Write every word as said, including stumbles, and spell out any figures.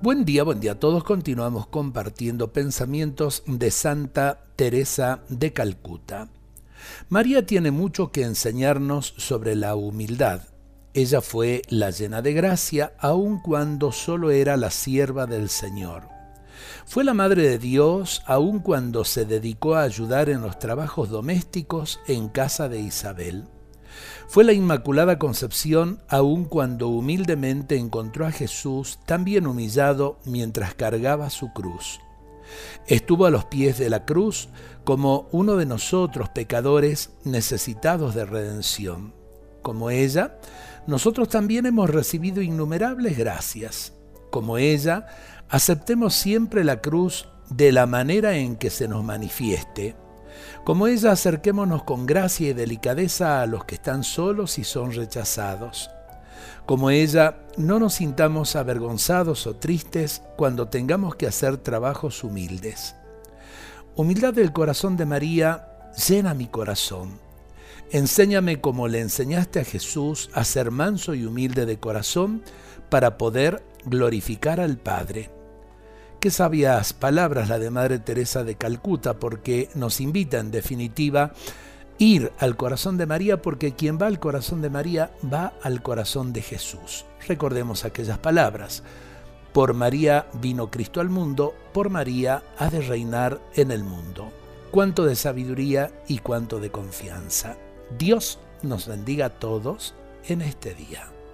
Buen día, buen día a todos. Continuamos compartiendo pensamientos de Santa Teresa de Calcuta. María tiene mucho que enseñarnos sobre la humildad. Ella fue la llena de gracia, aun cuando solo era la sierva del Señor. Fue la Madre de Dios, aun cuando se dedicó a ayudar en los trabajos domésticos en casa de Isabel. Fue la Inmaculada Concepción, aun cuando humildemente encontró a Jesús también humillado mientras cargaba su cruz. Estuvo a los pies de la cruz como uno de nosotros pecadores necesitados de redención. Como ella, nosotros también hemos recibido innumerables gracias. Como ella, aceptemos siempre la cruz de la manera en que se nos manifieste. Como ella, acerquémonos con gracia y delicadeza a los que están solos y son rechazados. Como ella, no nos sintamos avergonzados o tristes cuando tengamos que hacer trabajos humildes. Humildad del corazón de María llena mi corazón. Enséñame como le enseñaste a Jesús a ser manso y humilde de corazón para poder glorificar al Padre. Qué sabias palabras la de Madre Teresa de Calcuta, porque nos invita en definitiva a ir al corazón de María, porque quien va al corazón de María va al corazón de Jesús. Recordemos aquellas palabras: por María vino Cristo al mundo, por María ha de reinar en el mundo. Cuánto de sabiduría y cuánto de confianza. Dios nos bendiga a todos en este día.